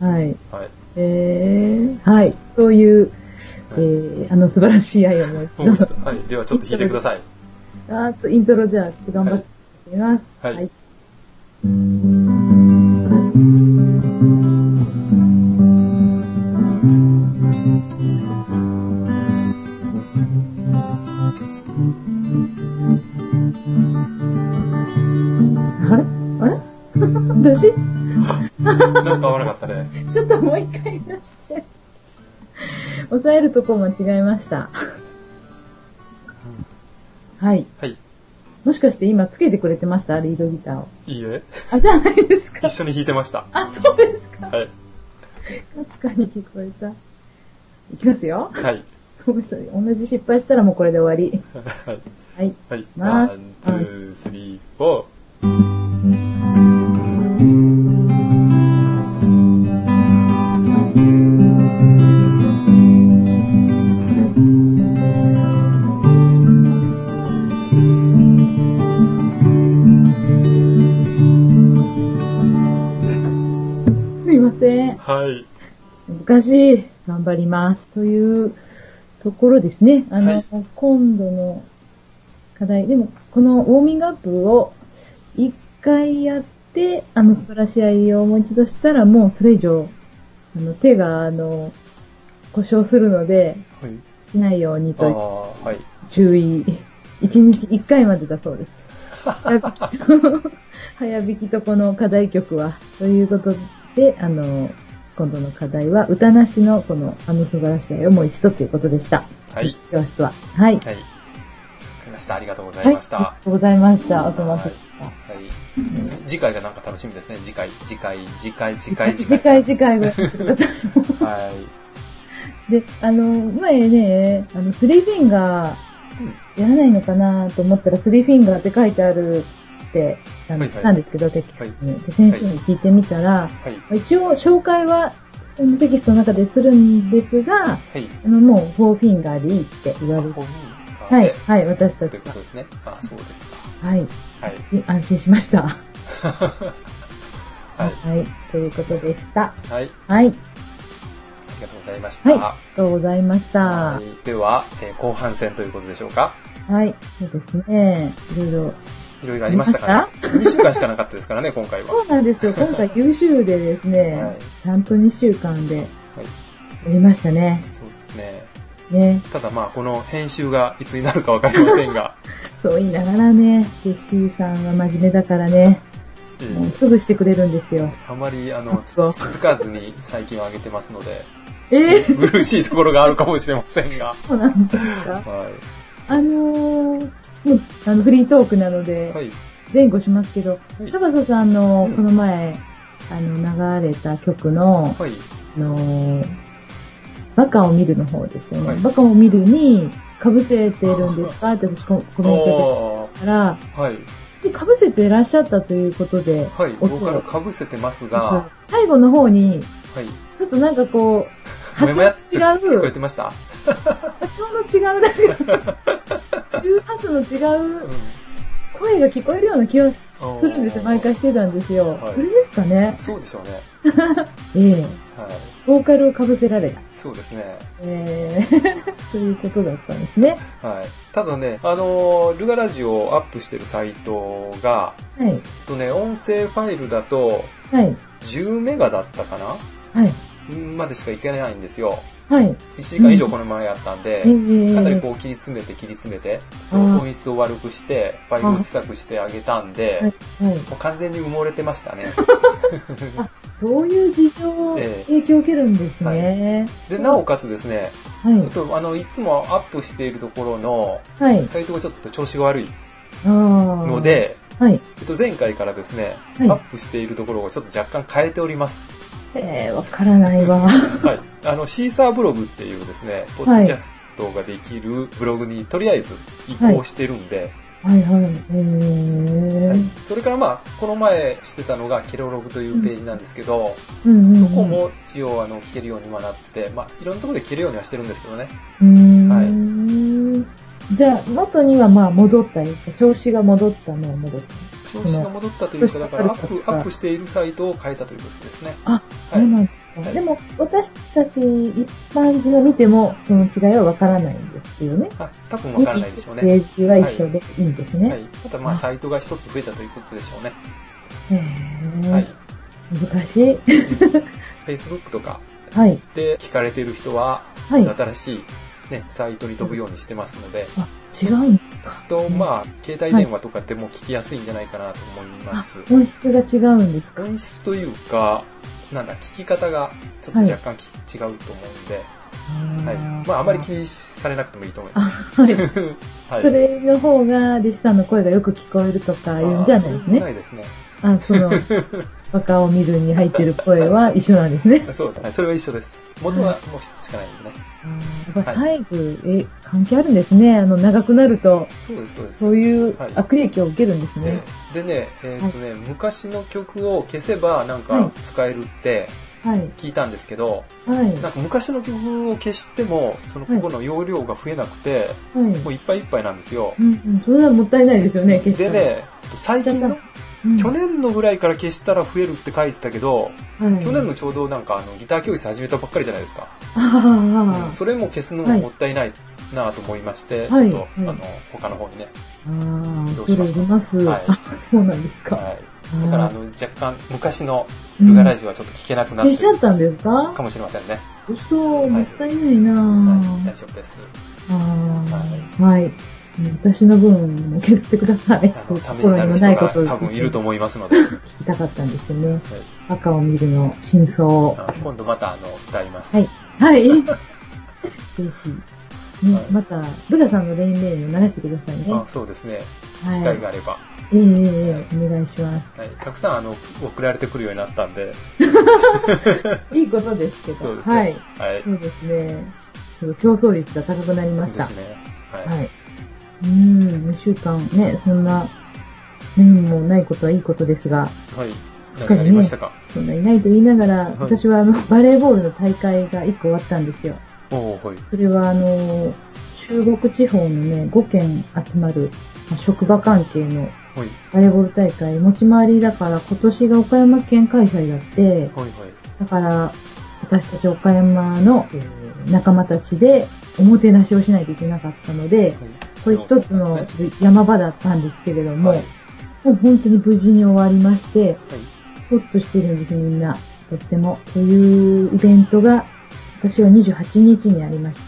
そういう、素晴らしい愛をもう一度。 ではちょっと弾いてください。 イントロじゃあ、ちょっと頑張ってみます。あれ私なんか合わなかったね。 ちょっともう一回出して。押さえるとこ間違えました。もしかして今つけてくれてました？リードギターを。 いいえ。 じゃないですか。 一緒に弾いてました。 そうですか。 はい。 かすかに聞こえた。いきますよ。同じ失敗したらもうこれで終わり。ワン、ツー、スリー、フォー。すいません。難しい。頑張ります。というところですね。今度の課題。でも、このウォーミングアップを一回やって、素晴らしい愛をもう一度したら、もうそれ以上、手が、故障するので、しないようにと、注意 1日1回までだそうです。早弾きとこの課題曲は。ということで、今度の課題は、歌なしのこの素晴らしい愛をもう一度ということでした。 はい。 教室は。はい。 はい。わかりました。ありがとうございました。 はい、ありがとうございました。おとませでした。はい。 次回がなんか楽しみですね。次回ぐらいしてください。はい。 で、前ね、スリーフィンガー、やらないのかなと思ったら、スリーフィンガーって書いてあるって、なんですけど、テキストに。で、先生に聞いてみたら、一応、紹介は、テキストの中でするんですが、もう、フォーフィンガーでいいって言われて。はい、はい、私たち。 ということですね。あ、そうですか。 はい。はい。安心しました。はい。はい。ということでした。 はい。 はい。ありがとうございました。 はい。ありがとうございました。はい。 では、後半戦ということでしょうか。 はい。そうですね。いろいろありましたかね。2週間しかなかったですからね、今回は。 そうなんですよ。今回優秀でですね、はい、ちゃんと2週間で、やりましたね。 そうですね。 ね。 ただまあ、この編集がいつになるかわかりませんが。 そう言いながらね、ジェシーさんは真面目だからね、もうすぐしてくれるんですよ。 あまり、続かずに最近は上げてますので、ブルーしいところがあるかもしれませんが。 そうなんですか。 はい。 フリートークなので、前後しますけど、田畑さんの、この前、流れた曲の、バカを見るの方ですよね。バカを見るに、被せてるんですかって私コメントでから、被せていらっしゃったということで、 はい、ボーカル被せてますが、 最後の方に、ちょっとなんかこう、 発音違う。聞こえてました？ 発音の違うだけ、周波数の違う声が聞こえるような気がするんですよ。毎回してたんですよ。それですかね？ そうでしょうね。 ええ。ボーカルを被せられた。 そうですね。 そういうことだったんですね。 はい。ただね、ルガラジオをアップしてるサイトが、音声ファイルだと、10メガだったかな？までしかいけないんですよ。1時間以上この前やったんで、かなりこう切り詰めて、ちょっと音質を悪くして、ファイルを小さくしてあげたんで、もう完全に埋もれてましたね。 そういう事情、影響を受けるんですね。 で、なおかつですね、ちょっといつもアップしているところの、サイトがちょっと調子が悪いので、前回からですね、アップしているところをちょっと若干変えております。 わからないわ。 シーサーブログっていうですね、ポッドキャストができるブログにとりあえず移行してるんで、それからまあ、この前してたのがケロログというページなんですけど、そこも一応聞けるようにはなって、まあ、いろんなところで聞けるようにはしてるんですけどね。 じゃあ、元にはまあ戻ったり、調子が戻ったのは戻った。 調子が戻ったというか、だからアップしているサイトを変えたということですね。 そうなんですか。でも、私たち一般人が見ても、その違いはわからないんですよね。 多分わからないでしょうね。 ページは一緒でいいんですね。 ただまあ、サイトが一つ増えたということでしょうね。 難しい。 Facebook とかで聞かれている人は、新しいサイトに飛ぶようにしてますので。 違うんですか。 まあ、携帯電話とかでも聞きやすいんじゃないかなと思います。 音質が違うんですか？ 音質というか、聞き方がちょっと若干違うと思うんで、まあ、あまり気にされなくてもいいと思います。それの方が、弟子さんの声がよく聞こえるとか言うんじゃないですね。 ないですね。 バカを見るに入ってる声は一緒なんですね。 そうですね。それは一緒です。元はもう一つしかないんでね。 やっぱ細部、関係あるんですね。長くなると。 そうです、そうです。 そういう悪影響を受けるんですね。 でね、昔の曲を消せばなんか使えるって聞いたんですけど、なんか昔の曲を消しても、ここの容量が増えなくて、もういっぱいいっぱいなんですよ。 それはもったいないですよね、消したら。 でね、最近の、去年のぐらいから消したら増えるって書いてたけど、去年のちょうどなんかギター教室始めたばっかりじゃないですか。それも消すのももったいないなと思いまして、ちょっと他の方にね、 移動しました。そうなんですか。 だから若干昔のルガラジオはちょっと聞けなくなって消しちゃったんですか？ かもしれませんね。 嘘、もったいないなぁ。 大丈夫です。 はい。 私の分も削ってください。 ためになる人が多分いると思思いますので。 聞きたかったんですよね。赤を見るの真相を。 今度また歌います。 はい。はい。ぜひ。ね、また、ブラさんのレインメールを流してくださいね。 そうですね。機会があれば。 お願いします。 はい。たくさん送られてくるようになったんで。 いいことですけど。 そうですね。 はい。そうですね。ちょっと競争率が高くなりました。 そうですね。 はい。2週間ね、そんな、何もないことはいいことですが。 はい。何がありましたか？ そんないないと言いながら、私はバレーボールの大会が1個終わったんですよ。 はい。 それは中国地方のね、5県集まる、職場関係のバレーボール大会、持ち回りだから今年が岡山県開催だって、だから私たち岡山の、仲間たちでおもてなしをしないといけなかったので、これ一つの山場だったんですけれども、もう本当に無事に終わりまして、ほっとしてるんですみんな。とっても。というイベントが、私は28日にありました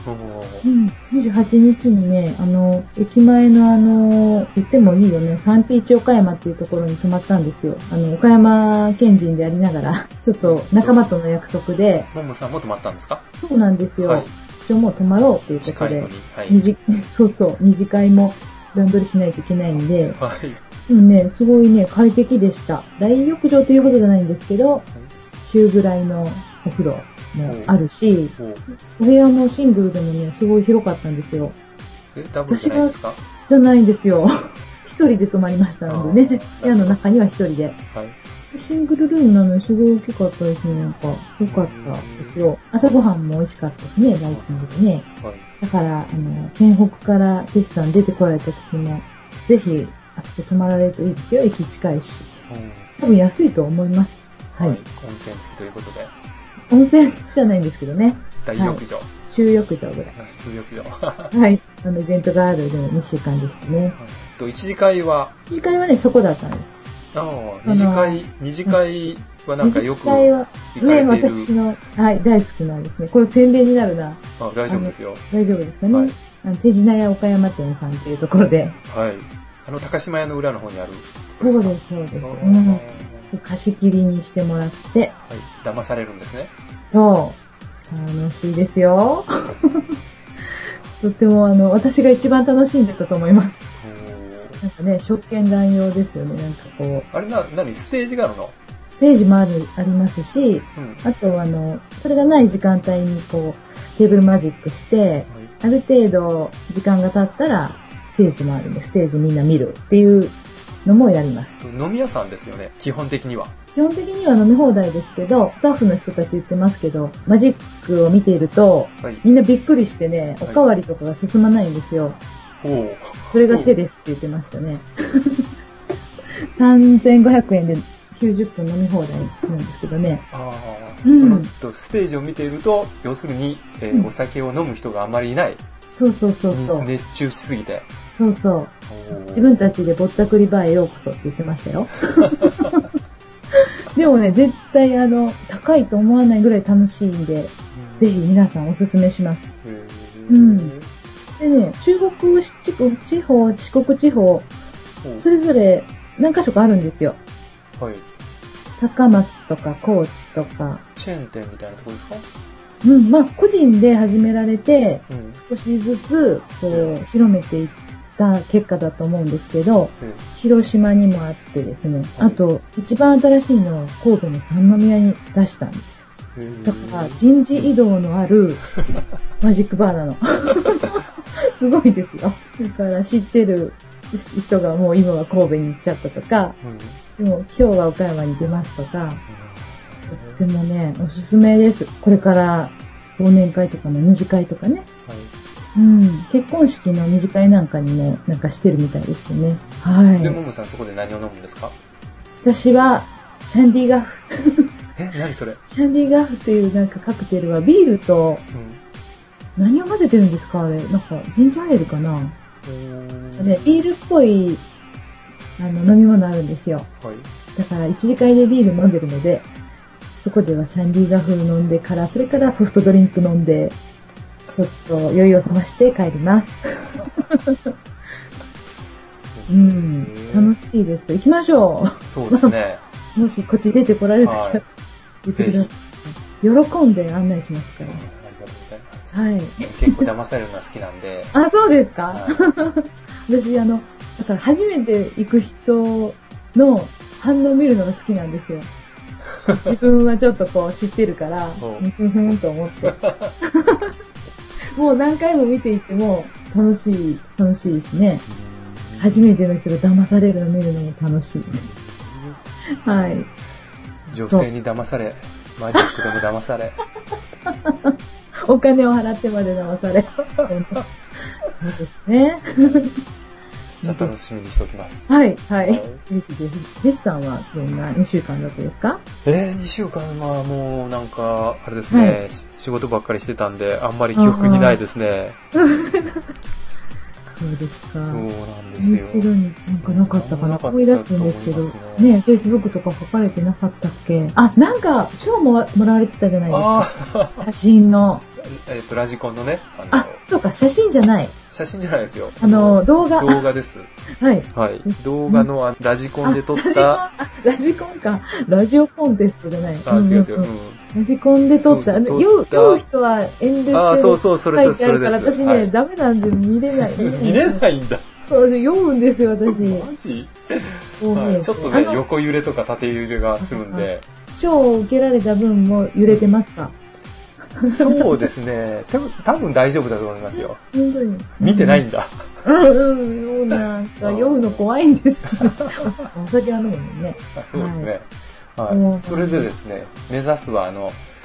。28日にね、駅前の言ってもいいよね、サンピーチ岡山っていうところに泊まったんですよ。岡山県人でありながら、ちょっと仲間との約束で。 ももさんも泊まったんですか？ そうなんですよ。一応もう泊まろうっていうことで。そうそう、二次会も段取りしないといけないんで。でもね、すごいね、快適でした。大浴場ということじゃないんですけど、中ぐらいのお風呂もあるし、お部屋もシングルでもね、すごい広かったんですよ。 ダブルじゃないですか？ じゃないんですよ。一人で泊まりましたのでね、部屋の中には一人で。シングルルームなのにすごい大きかったですね、なんか。良かったですよ。朝ごはんも美味しかったですね、ライティングでね。だから、県北からテスさん出てこられた時も、ぜひ、あそこ泊まられるといいですよ、駅近いし。多分安いと思います。 はい。温泉付きということで。 温泉じゃないんですけどね。 大浴場。 中浴場ぐらい。 中浴場。 はい。イベントがある2週間でしたね。 一次会は一次会はね、そこだったんです。 二次会はなんかよく行かれている。 私の、大好きなんですね。これ宣伝になるな。 大丈夫ですよ。 大丈夫ですかね。手品屋岡山店さんっていうところで。 はい。高島屋の裏の方にある。 そうです、そうです。貸し切りにしてもらって。はい。 騙されるんですね。 そう。楽しいですよ。とっても私が一番楽しんでたと思います。なんかね、職権乱用ですよね、なんかこう。 あれ何ステージがあるの？ ステージもありますし、あとそれがない時間帯にこう、テーブルマジックして、ある程度時間が経ったら、ステージもあるんで、ステージみんな見るっていうのもやります。 飲み屋さんですよね、基本的には。 基本的には飲み放題ですけど、スタッフの人たち言ってますけど、マジックを見ていると、みんなびっくりしてね、おかわりとかが進まないんですよ。それが手ですって言ってましたね。3500円で90分飲み放題なんですけどね。 ステージを見ていると、要するに、お酒を飲む人があまりいない。 そう。 熱中しすぎて。 そう。自分たちでぼったくりバーへようこそって言ってましたよ。でもね、絶対高いと思わないぐらい楽しいんで、ぜひ皆さんおすすめします。でね、中国地方、四国地方、それぞれ何か所かあるんですよ。高松とか高知とか。 チェーン店みたいなところですか？ まあ個人で始められて、少しずつこう広めていった結果だと思うんですけど、広島にもあってですね、あと一番新しいのを神戸の三宮に出したんですよ。だから人事異動のあるマジックバーなの。すごいですよ。だから知ってる人がもう今は神戸に行っちゃったとか、でも今日は岡山に出ますとか、とってもね、おすすめです。これから忘年会とかの二次会とかね。結婚式の二次会なんかにもなんかしてるみたいですよね。 で、ももさんそこで何を飲むんですか？ 私は、シャンディガフ。 何それ？ シャンディガフというなんかカクテルはビールと、何を混ぜてるんですかあれ。なんか、ジンジャーエールかなビールっぽい、飲み物あるんですよ。だから、一次会でビール飲んでるので、そこではシャンディガフ飲んでから、それからソフトドリンク飲んで、 ちょっと酔いを覚まして帰ります。うん、楽しいです。行きましょう。 そうですね。 もしこっち出てこられたら、言ってください。喜んで案内しますから。 ありがとうございます。 はい。 結構騙されるのが好きなんで。 あ、そうですか、私、だから初めて行く人の反応見るのが好きなんですよ。自分はちょっとこう知ってるから、ふんと思って。もう何回も見ていても楽しいしね。初めての人が騙されるのを見るのも楽しい。はい。 女性に騙され、マジックでも騙され。 お金を払ってまで騙され。そうですね。 じゃあ楽しみにしておきます。 はい、はい。ぜひぜひ。デシさんはどんな2週間だったですか ？2週間はもうなんか、あれですね、はい、仕事ばっかりしてたんで、あんまり記憶にないですね。 そうですか。 そうなんですよ。 後ろになんかなかったかな思い出すんですけど、ね、Facebook とか書かれてなかったっけ？あ、なんか賞ももらわれてたじゃないですか。写真の。 ラジコンのね。 そうか、写真じゃない。 写真じゃないですよ。 動画。 動画です。 はい。 はい。動画のラジコンで撮った。 ラジコンか。ラジオコンテストじゃない。 違う。 ラジコンで撮った。酔う人は遠慮して。 そう、それです。 私ね、ダメなんで見れない。 見れないんだ。 そう、酔うんですよ、私。 マジ？ちょっとね、横揺れとか縦揺れがするんで。 賞を受けられた分も揺れてますか？ そうですね。多分大丈夫だと思いますよ。本当に。見てないんだ。 なんか酔うの怖いんです。お酒は飲むのね。 そうですね。はい。それでですね、目指すは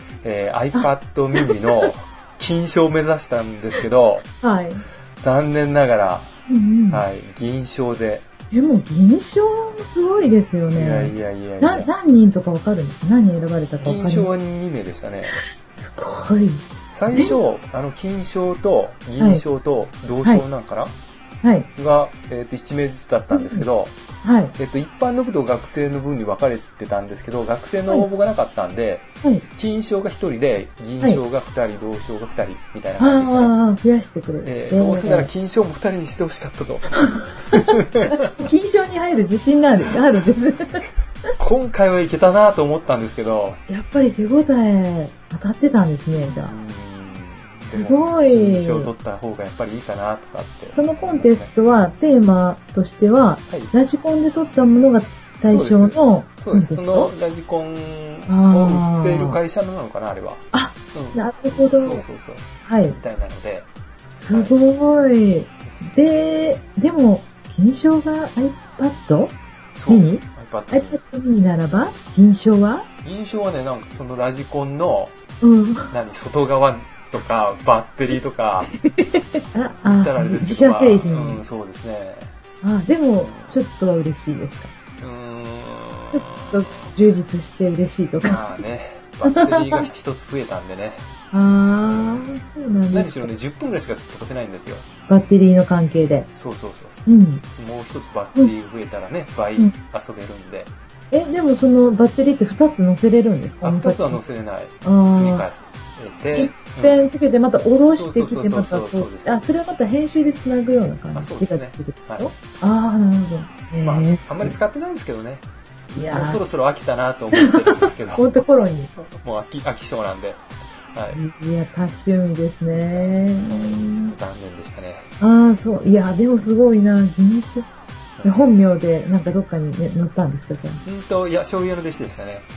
iPad mini の金賞を目指したんですけど、はい。残念ながら、はい、銀賞で。 でも銀賞すごいですよね。 いや。 何人とかわかるんですか？何人選ばれたかわかるんですか？ 銀賞は2名でしたね。 すごい。 最初、金賞と銀賞と銅賞なんかな、はい。が、1名ずつだったんですけど、はい。一般の部と学生の部に分かれてたんですけど、学生の応募がなかったんで、はい。金賞が1人で、銀賞が2人、銅賞が2人、みたいな感じでしたね。 増やしてくれる。 どうせなら金賞も2人にしてほしかったと。 金賞に入る自信があるんです。 今回はいけたなと思ったんですけど。 やっぱり手応え当たってたんですね、じゃあ。すごい。 金賞を取った方がやっぱりいいかなとかって。 そのコンテストは、テーマとしては、はい、ラジコンで取ったものが対象のそうです。そのラジコンを売っている会社なのかな、あれは。 なるほど。 そう。はい。みたいなので。 すごい。でも、銀賞が iPad？ mini？ iPad mini ならば、銀賞はね、なんかそのラジコンの、外側とか、バッテリーとか、言ったらあれですけど、 自社製品。 そうですね。 でも、ちょっとは嬉しいですか？ちょっと充実して嬉しいとか。 まあね、バッテリーが一つ増えたんでね。 そうなんです。 何しろね、10分ぐらいしか飛ばせないんですよ。 バッテリーの関係で。 そう。もう一つバッテリーが増えたらね、倍遊べるんで。 でもそのバッテリーって2つ乗せれるんですか ？2つは乗せれない。積み替えて。 一遍つけてまた下ろしてきてまたそれはまた編集でつなぐような感じができるでしょ？なるほど。 まあ、あんまり使ってないんですけどね。もうそろそろ飽きたなと思ってるんですけど。 このところに。 もう飽き性なんで。はい。 いや、多趣味ですね。 残念でしたね。 そう。いや、でもすごいな、銀賞。本名でなんかどっかに、載ったんですか？じゃあ。いや、醤油屋の弟子でしたね。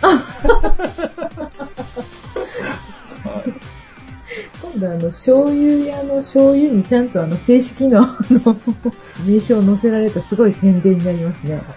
今度醤油屋の醤油にちゃんと正式の名称を載せられるとすごい宣伝になりますね。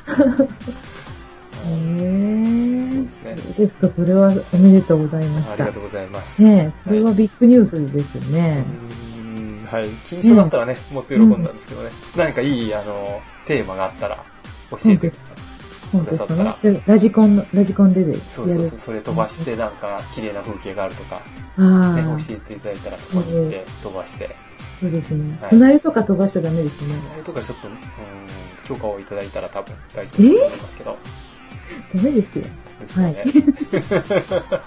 そうですね。ですか、それはおめでとうございました。 ありがとうございます。 ねえ、それはビッグニュースですよね。 はい。金賞だったらね、もっと喜んだんですけどね。何かいい、テーマがあったら教えてくださったら。 ラジコンでで。 そう。それ飛ばして、なんか、綺麗な風景があるとか、ね、教えていただいたらそこに行って飛ばして。 そうですね。スナイとか飛ばしちゃダメですね。 スナイとかちょっと、許可をいただいたら多分大丈夫だと思いますけど。 ダメですよ。 ですよね。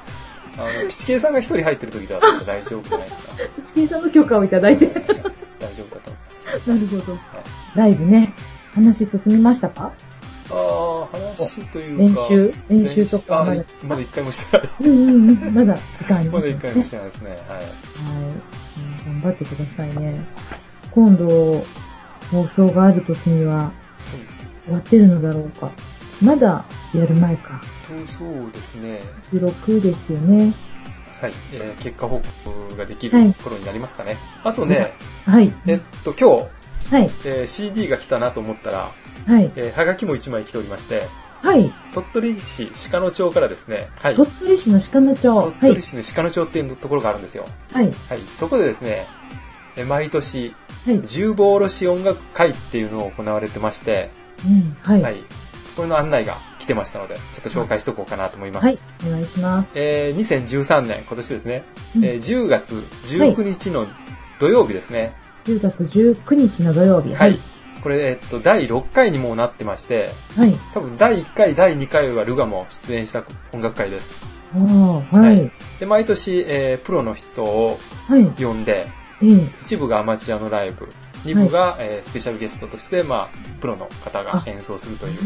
ピチケイさんが一人入ってる時だったら大丈夫じゃないですか。 ピチケイさんの許可をいただいて。 大丈夫だと思なるほど。ライブね、話進みましたか？ 話というか。 練習とかまだ一回もしてない。 まだ時間ありますね。 まだ一回もしてないですね。はい。 頑張ってくださいね。今度、放送がある時には、終わってるのだろうか。まだやる前か。 そうですね。 16ですよね。 はい。結果報告ができる頃になりますかね。あとね、 はい。 今日、 はい。 CD が来たなと思ったら、 はい。 はがきも1枚来ておりまして、 はい。 鳥取市鹿野町からですね、はい。 鳥取市の鹿野町。 鳥取市の鹿野町っていうところがあるんですよ。 はい。 はい。そこでですね、毎年、重棒おろし音楽会っていうのを行われてまして、 はい。 はい。これの案内が来てましたので、ちょっと紹介しとこうかなと思います。 はい。お願いします。 2013年、今年ですね、10月19日の土曜日ですね。 10月19日の土曜日。 はい。これ、第6回にもうなってまして、 はい。 多分第1回、第2回はルガも出演した音楽会です。 はい。 で、毎年、プロの人を呼んで、一部がアマチュアのライブ、2部が、スペシャルゲストとして、プロの方が演奏するという。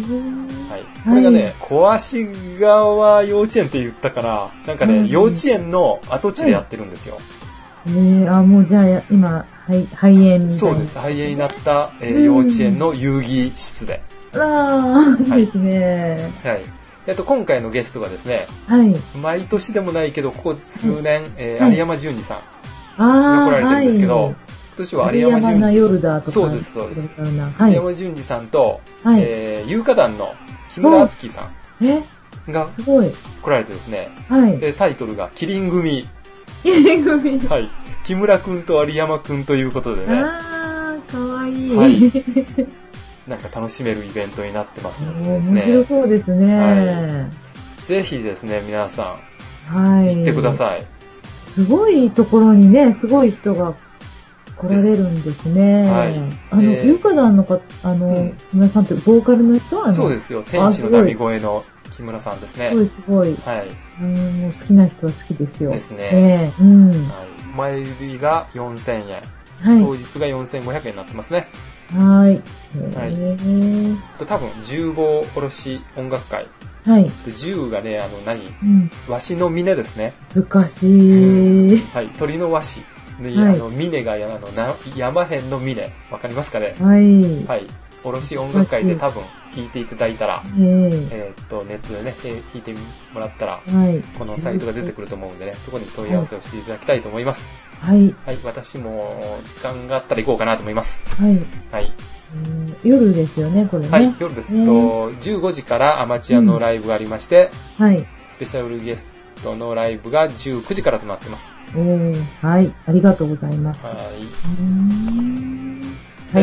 はい。これがね、小足川幼稚園って言ったかな。なんかね、幼稚園の跡地でやってるんですよ。 もうじゃあ、今、肺炎みたいな。 そうです。肺炎になった、幼稚園の遊戯室で。 いいですね。 はい。今回のゲストがですね、 はい。 毎年でもないけど、ここ数年、有山淳二さんが来られてるんですけど、今年は有山淳二。 夜だとか。 そうです、そうです。有山淳二さんと、有歌団の木村敦樹さんが来られてですね、タイトルがキリン組。はい。木村くんと有山くんということでね。 かわいい。 はい。なんか楽しめるイベントになってますのでですね。 面白そうですね。 ぜひですね、皆さん、 行ってください。 すごいところにね、すごい人が来られるんですね。はい。有歌団の方、木村さんってボーカルの人はそうですよ。天使のダミ声の木村さんですね。 すごい。 はい。 もう好きな人は好きですよ。 ですね。はい。前売りが4000円。当日が4500円になってますね。 はい。 多分、重棒おろし音楽会。 はい。 銃がね、ワシの峰ですね。 難しい。 はい。鳥のワシ。峰が山辺の峰。わかりますかね？ はい。 はい。おろし音楽会で多分弾いていただいたら、ネットでね、弾いてもらったら、このサイトが出てくると思うんでね、そこに問い合わせをしていただきたいと思います。はい。はい。私も時間があったら行こうかなと思います。はい。はい。 夜ですよね、これね。 はい、夜です。15時からアマチュアのライブがありまして、はい。スペシャルゲストのライブが19時からとなっています。 はい。ありがとうございます。 はい。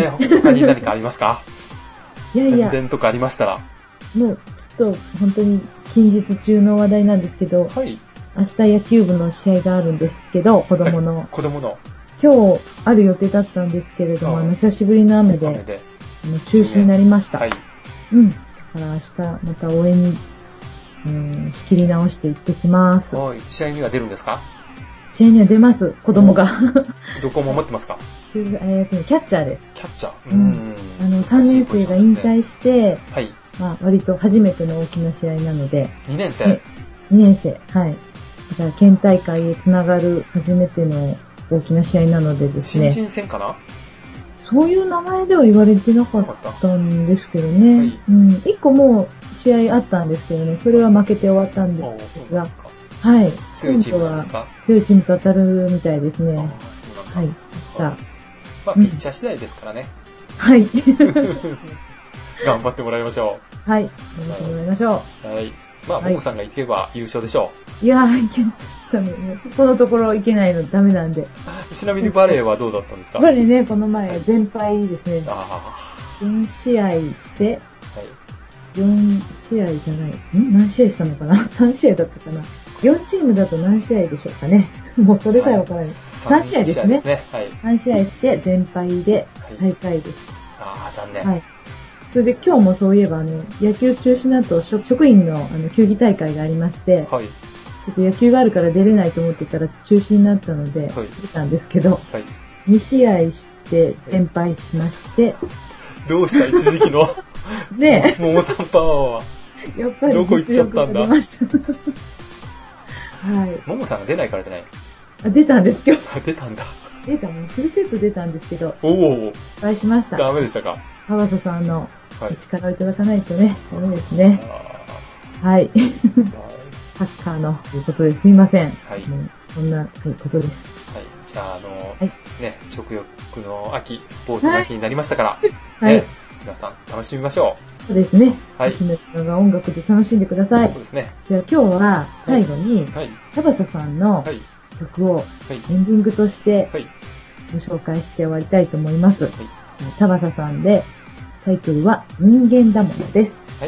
他に何かありますか？宣伝とかありましたら。 もう、ちょっと本当に近日中の話題なんですけど、はい。明日野球部の試合があるんですけど、子供の。 子供の。 今日ある予定だったんですけれども、久しぶりの雨で中止になりました。はい。だから明日また応援に、仕切り直して行ってきます。 はい。試合には出るんですか？ 試合には出ます、子供が。 どこも持ってますか？ キャッチャーです。 キャッチャー。 3年生が引退して、はい。割と初めての大きな試合なので。 2年生？ 2年生、はい。だから県大会へつながる初めての大きな試合なのでですね。 新人戦かな？ そういう名前では言われてなかったんですけどね。はい。1個もう試合あったんですけどね、それは負けて終わったんですが。はい。 強いチームですか？ 強いチームと当たるみたいですね。はい。明日。 ピッチャー次第ですからね。 はい。 頑張ってもらいましょう。はい。頑張ってもらいましょう。はい。ももさんが行けば優勝でしょう。いやー、いけない。このところ行けないのダメなんで。 ちなみにバレーはどうだったんですか？ バレーね、この前、全敗ですね。4試合して、4試合じゃない。何試合したのかな？ 3 試合だったかな？ 4 チームだと何試合でしょうかね。もうそれさえわからない。3試合ですね。はい。3試合して全敗で最下位です。 残念。 はい。それで今日もそういえば野球中止の後、職員の球技大会がありまして、はい。 ちょっと野球があるから出れないと思ってたら中止になったので、 はい、 出たんですけど、 はい、 2試合して連敗しまして、 どうした一時期のねえ、桃さんパワーは。やっぱりどこ行っちゃったんだ。はい。桃さんが出ないからじゃない。 あ、出たんです今日。 あ、出たんだ。 出た、もうフルセット出たんですけど。 おお。 失敗しました。 ダメでしたか。 川佐さんの力をいただかないとね、ダメですね。はい。サッカーのということですみません。はい。そんなことです。 はい。じゃあね、食欲の秋、スポーツの秋になりましたから、はい。皆さん楽しみましょう。 そうですね。はい。秋の人が音楽で楽しんでください。 そうですね。 じゃあ今日は最後に、田畑さんの曲をエンディングとしてご紹介して終わりたいと思います。はい。田畑さんでタイトルは人間だものです。はい。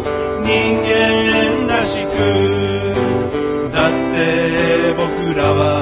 人間らしく、だって僕らは